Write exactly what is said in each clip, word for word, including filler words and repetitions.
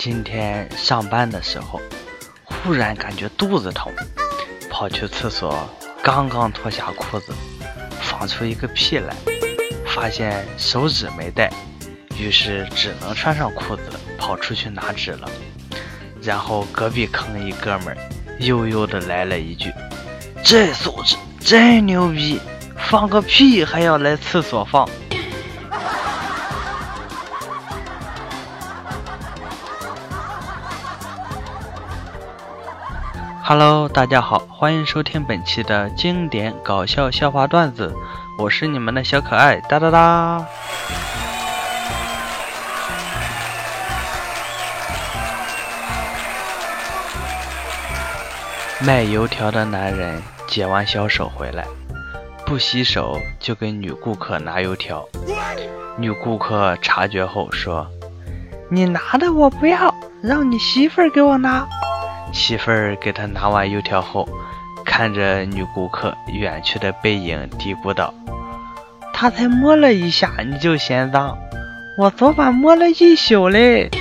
今天上班的时候，忽然感觉肚子疼，跑去厕所，刚刚脱下裤子，放出一个屁来，发现手纸没带，于是只能穿上裤子跑出去拿纸了。然后隔壁坑一哥们儿悠悠的来了一句：“这素质真牛逼，放个屁还要来厕所放。” Hello， 大家好，欢迎收听本期的经典搞笑笑话段子，我是你们的小可爱哒哒哒。卖油条的男人解完小手回来，不洗手就给女顾客拿油条。女顾客察觉后说：“你拿的我不要，让你媳妇儿给我拿。”媳妇儿给他拿完油条后，看着女顾客远去的背影嘀咕道：“他才摸了一下你就嫌脏，我昨晚摸了一宿嘞。”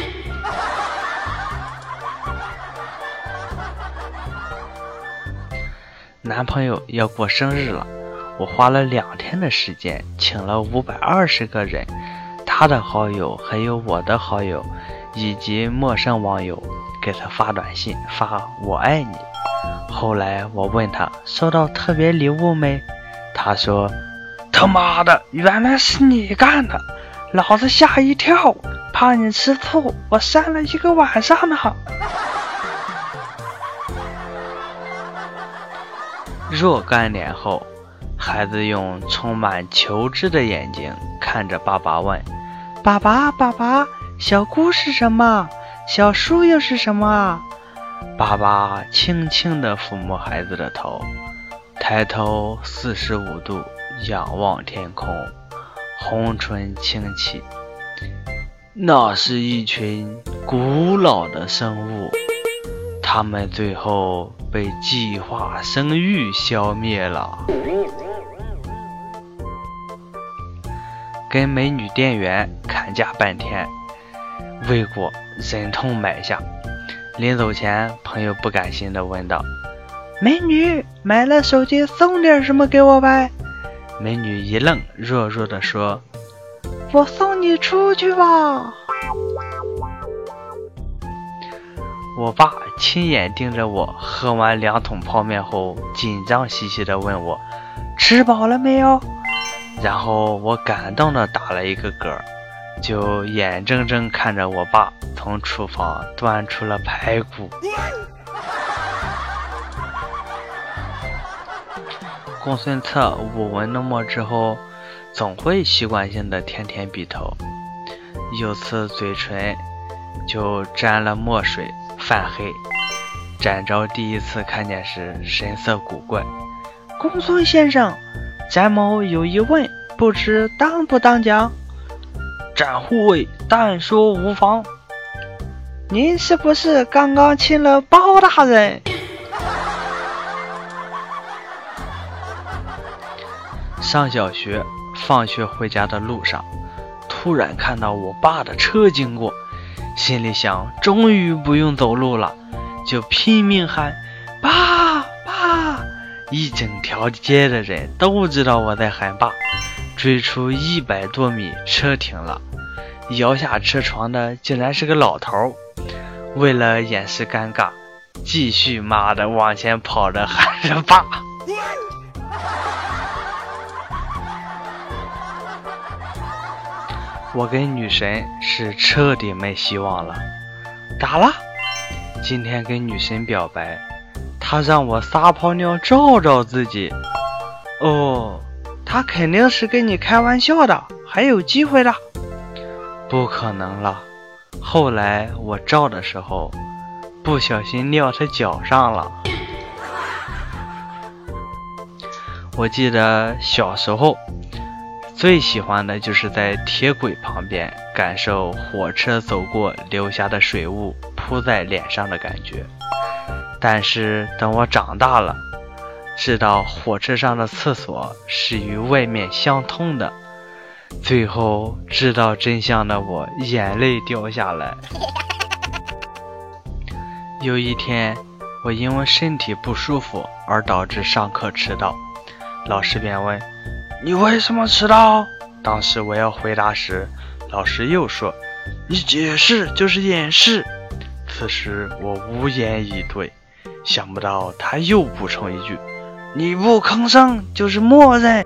男朋友要过生日了，我花了两天的时间请了五百二十个人，他的好友还有我的好友以及陌生网友给他发短信，发我爱你。后来我问他收到特别礼物没，他说：“他妈的，原来是你干的，老子吓一跳，怕你吃醋，我删了一个晚上呢。”若干年后，孩子用充满求知的眼睛看着爸爸问：“爸爸爸爸，小姑是什么？小叔又是什么？”爸爸轻轻地抚摸孩子的头，抬头四十五度仰望天空，红唇轻启。那是一群古老的生物，他们最后被计划生育消灭了。跟美女店员砍价半天，未果忍痛买下。临走前，朋友不甘心地问道：“美女，买了手机送点什么给我呗？”美女一愣，弱弱地说：“我送你出去吧。”我爸亲眼盯着我喝完两桶泡面后，紧张兮兮地问我：“吃饱了没有？”然后我感动地打了一个嗝，就眼睁睁看着我爸从厨房端出了排骨。公孙策舞文弄墨之后，总会习惯性的舔舔笔头，有次嘴唇就沾了墨水，泛黑。展昭第一次看见时神色古怪：“公孙先生，展某有疑问，不知当不当讲？”展护卫但说无妨。您是不是刚刚亲了包大人？上小学，放学回家的路上，突然看到我爸的车经过，心里想终于不用走路了，就拼命喊：“爸爸！”一整条街的人都知道我在喊爸。追出一百多米，车停了，摇下车窗的竟然是个老头。为了掩饰尴尬，继续妈的往前跑着喊着爸。我跟女神是彻底没希望了。咋了？今天跟女神表白，她让我撒泡尿照照自己。哦，她肯定是跟你开玩笑的，还有机会的。不可能了。后来我照的时候，不小心尿她脚上了。我记得小时候最喜欢的就是在铁轨旁边感受火车走过留下的水雾扑在脸上的感觉。但是等我长大了，知道火车上的厕所是与外面相通的，最后知道真相的我眼泪掉下来。 有一天，我因为身体不舒服而导致上课迟到，老师便问：“你为什么迟到？”当时我要回答时，老师又说：“你解释就是掩饰。”此时我无言以对，想不到他又补充一句：“你不吭声就是默认。”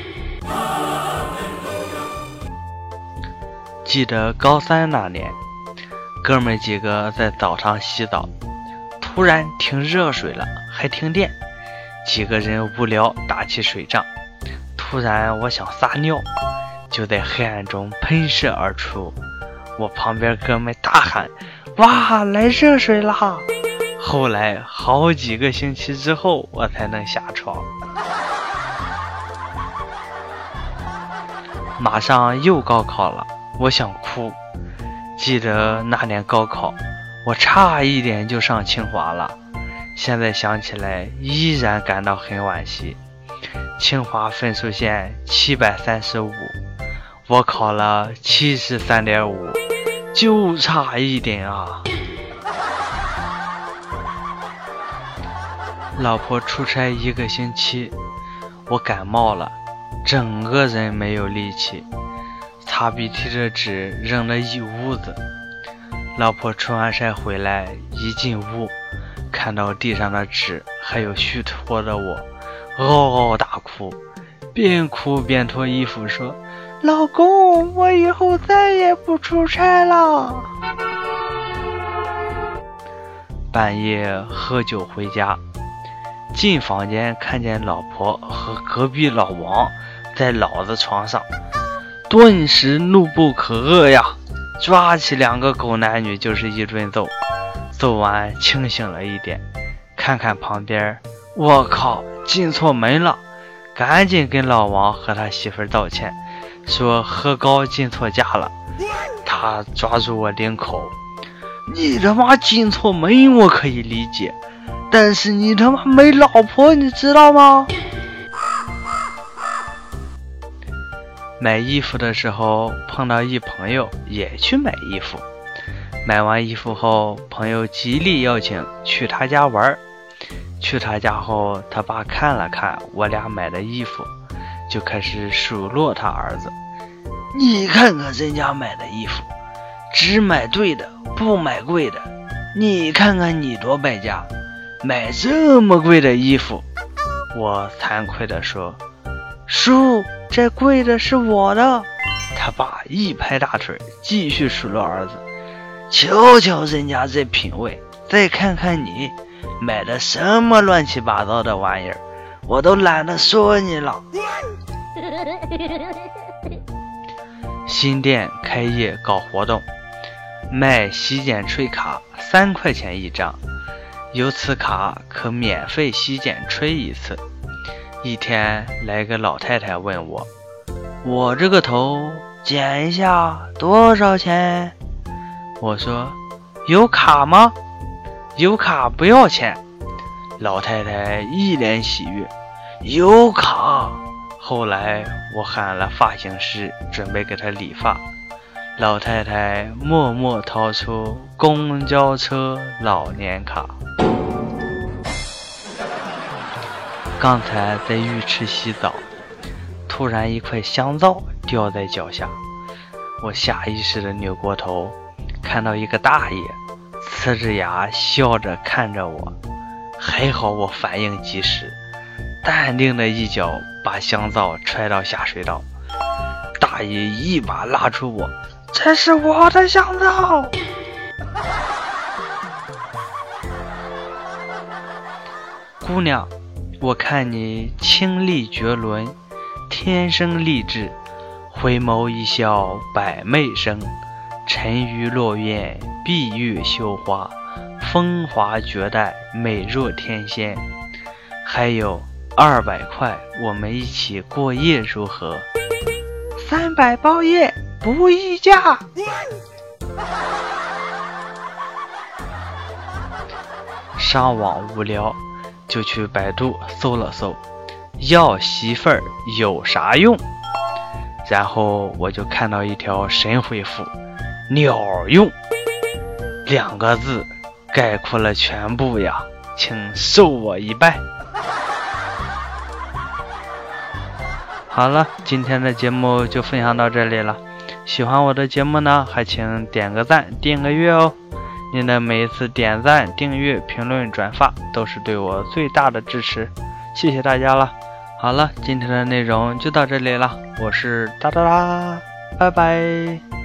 记得高三那年，哥们几个在澡堂洗澡，突然停热水了，还停电，几个人无聊打起水仗。突然我想撒尿，就在黑暗中喷射而出。我旁边哥们大喊：“哇，来热水啦！”后来好几个星期之后，我才能下床。马上又高考了，我想哭。记得那年高考，我差一点就上清华了，现在想起来依然感到很惋惜。清华分数线七百三十五，我考了七十三点五，就差一点啊。老婆出差一个星期，我感冒了，整个人没有力气，擦鼻涕的纸扔了一屋子。老婆出完差回来，一进屋看到地上的纸还有虚脱的我，嗷嗷大哭，边哭边脱衣服说：“老公，我以后再也不出差了。”半夜喝酒回家，进房间看见老婆和隔壁老王在老子床上，顿时怒不可遏呀，抓起两个狗男女就是一顿揍。揍完清醒了一点，看看旁边，我靠，进错门了，赶紧跟老王和他媳妇道歉，说喝高进错家了。他抓住我领口：“你他妈进错门我可以理解，但是你他妈没老婆，你知道吗？”买衣服的时候碰到一朋友也去买衣服，买完衣服后，朋友极力邀请去他家玩。去他家后，他爸看了看我俩买的衣服，就开始数落他儿子：“你看看人家买的衣服，只买对的，不买贵的。你看看你多败家，买这么贵的衣服。”我惭愧地说：“叔，这贵的是我的。”他爸一拍大腿，继续数落儿子：“瞧瞧人家这品味，再看看你买的什么乱七八糟的玩意儿，我都懒得说你了。”新店开业搞活动，卖洗剪吹卡，三块钱一张，有此卡可免费洗剪吹一次。一天来个老太太问我：“我这个头剪一下多少钱？”我说：“有卡吗？”“有卡不要钱。”老太太一脸喜悦：“有卡。”后来我喊了发型师，准备给她理发。老太太默默掏出公交车老年卡。刚才在浴池洗澡，突然一块香皂掉在脚下，我下意识地扭过头，看到一个大爷呲着牙笑着看着我，还好我反应及时，淡定的一脚把香皂踹到下水道。大爷一把拉住我：“这是我的香皂。”姑娘，我看你清丽绝伦，天生丽质，回眸一笑百媚生，沉鱼落雁，闭月羞花，风华绝代，美若天仙。还有二百块，我们一起过夜如何？三百包夜，不议价。上网无聊，就去百度搜了搜要媳妇儿有啥用，然后我就看到一条神回复：鸟用两个字， 概括了全部呀，请受我一拜。好了，今天的节目就分享到这里了。喜欢我的节目呢，还请点个赞、订个阅哦。您的每一次点赞、订阅、评论、转发，都是对我最大的支持，谢谢大家了。好了，今天的内容就到这里了，我是哒哒哒，拜拜。